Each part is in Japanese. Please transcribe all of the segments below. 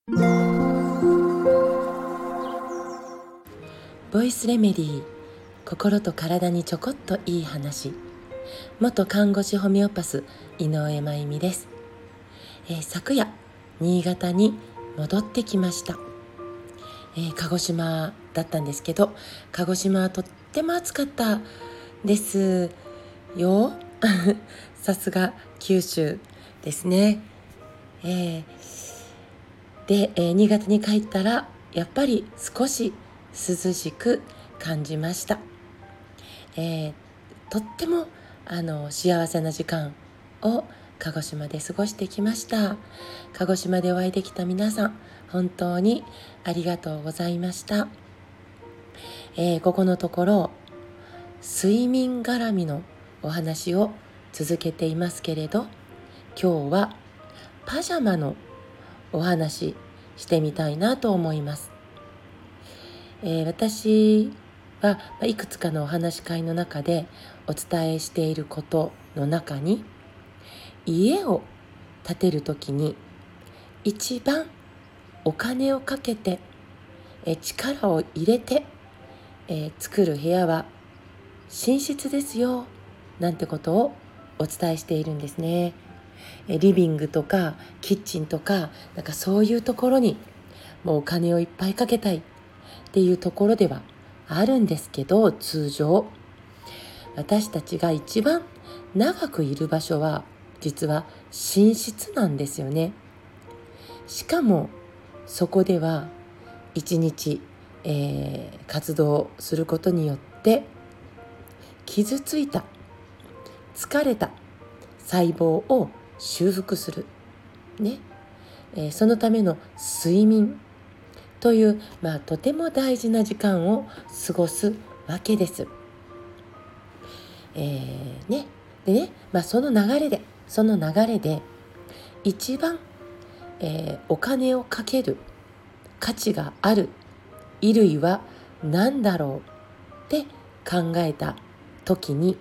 ボイスレメディー、心と体にちょこっといい話。元看護師ホメオパス井上真由美です。昨夜新潟に戻ってきました。鹿児島だったんですけど、鹿児島はとっても暑かったですよさすが九州ですね。で、新潟に帰ったらやっぱり少し涼しく感じました。とっても幸せな時間を鹿児島で過ごしてきました。鹿児島でお会いできた皆さん、本当にありがとうございました。ここのところ睡眠絡みのお話を続けていますけれど、今日はパジャマのお話してみたいなと思います。私はいくつかのお話し会の中でお伝えしていることの中に、家を建てるときに一番お金をかけて力を入れて作る部屋は寝室ですよなんてことをお伝えしているんですね。リビングとかキッチンとかそういうところにもうお金をいっぱいかけたいっていうところではあるんですけど、通常私たちが一番長くいる場所は実は寝室なんですよね。しかもそこでは一日、活動することによって傷ついた、疲れた細胞を修復する、ねそのための睡眠という、とても大事な時間を過ごすわけです。でね、その流れで一番、お金をかける価値がある衣類は何だろうって考えた時に、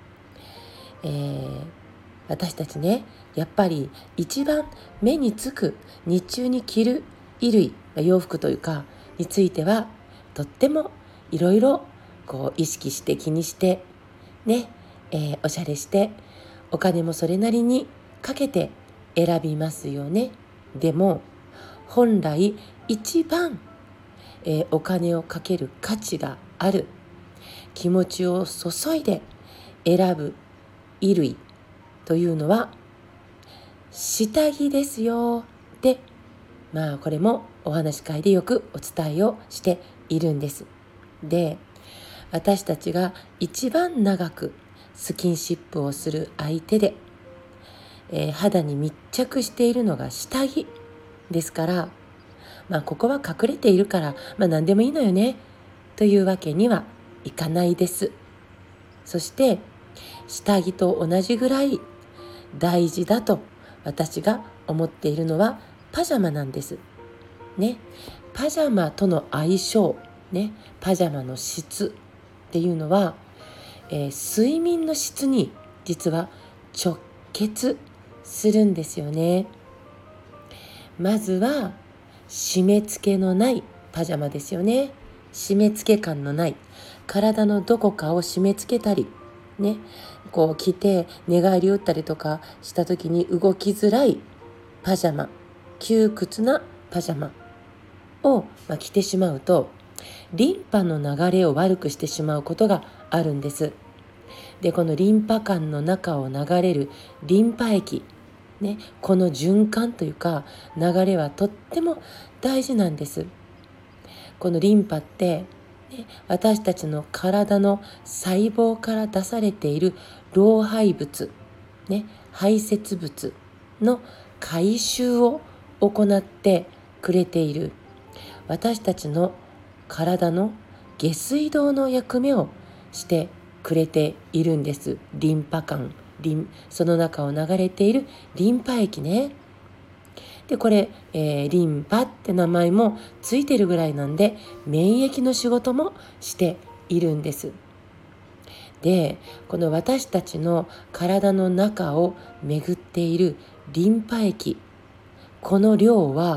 私たちね、やっぱり一番目につく日中に着る衣類、洋服というかについてはとってもいろいろ意識して気にしてね、おしゃれしてお金もそれなりにかけて選びますよね。でも本来一番、お金をかける価値がある、気持ちを注いで選ぶ衣類というのは下着ですよって、これもお話し会でよくお伝えをしているんです。で、私たちが一番長くスキンシップをする相手で、肌に密着しているのが下着ですから、ここは隠れているから、何でもいいのよねというわけにはいかないです。そして下着と同じぐらい大事だと私が思っているのはパジャマなんですね。パジャマとの相性ね、パジャマの質っていうのは、睡眠の質に実は直結するんですよね。まずは締め付けのないパジャマですよね。締め付け感のない、体のどこかを締め付けたりね、着て寝返り打ったりとかした時に動きづらいパジャマ、窮屈なパジャマを、着てしまうとリンパの流れを悪くしてしまうことがあるんです。で、このリンパ管の中を流れるリンパ液ね、この循環というか流れはとっても大事なんです。このリンパって、私たちの体の細胞から出されている老廃物、排泄物の回収を行ってくれている、私たちの体の下水道の役目をしてくれているんです。リンパ管、その中を流れているリンパ液ね。でこれ、リンパって名前もついてるぐらいなんで、免疫の仕事もしているんです。でこの私たちの体の中を巡っているリンパ液、この量は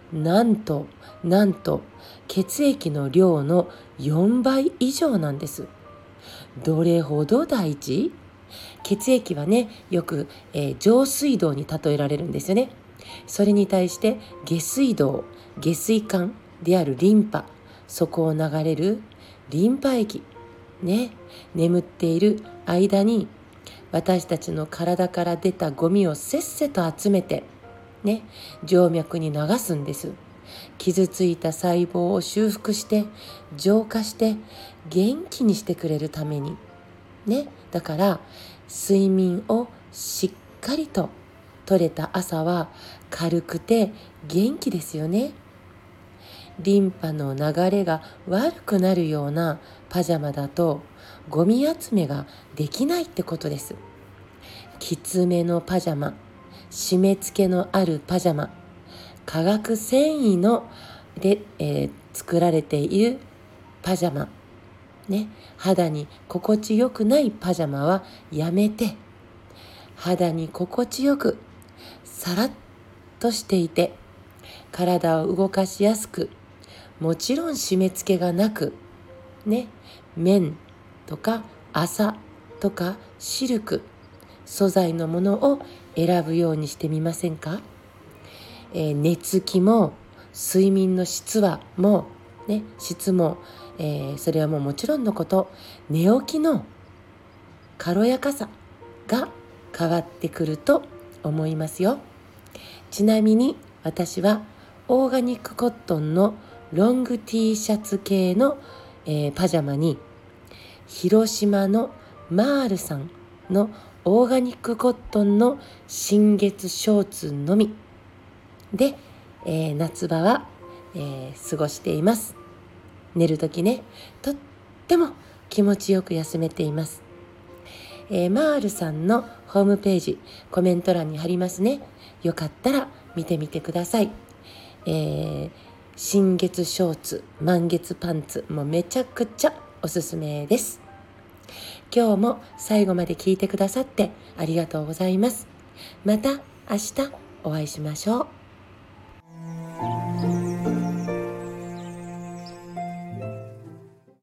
なんと血液の量の4倍以上なんです。どれほど大事？血液はね、よく、上水道に例えられるんですよね。それに対して下水道、下水管であるリンパ、そこを流れるリンパ液ね、眠っている間に私たちの体から出たゴミをせっせと集めてね、静脈に流すんです。傷ついた細胞を修復して浄化して元気にしてくれるためにね。だから睡眠をしっかりと取れた朝は軽くて元気ですよね。リンパの流れが悪くなるようなパジャマだとゴミ集めができないってことです。きつめのパジャマ、締め付けのあるパジャマ、化学繊維ので、作られているパジャマね、肌に心地よくないパジャマはやめて、肌に心地よくさらっとしていて体を動かしやすく、もちろん締め付けがなくね、綿とか麻とかシルク素材のものを選ぶようにしてみませんか？寝つきも睡眠の質もそれはもちろんのこと、寝起きの軽やかさが変わってくると思いますよ。ちなみに私はオーガニックコットンのロング T シャツ系の、パジャマに広島のマールさんのオーガニックコットンの新月ショーツのみで、夏場は、過ごしています。寝るときね、とっても気持ちよく休めています。マールさんのホームページコメント欄に貼りますね。よかったら見てみてください。新月ショーツ、満月パンツもめちゃくちゃおすすめです。今日も最後まで聞いてくださってありがとうございます。また明日お会いしましょう。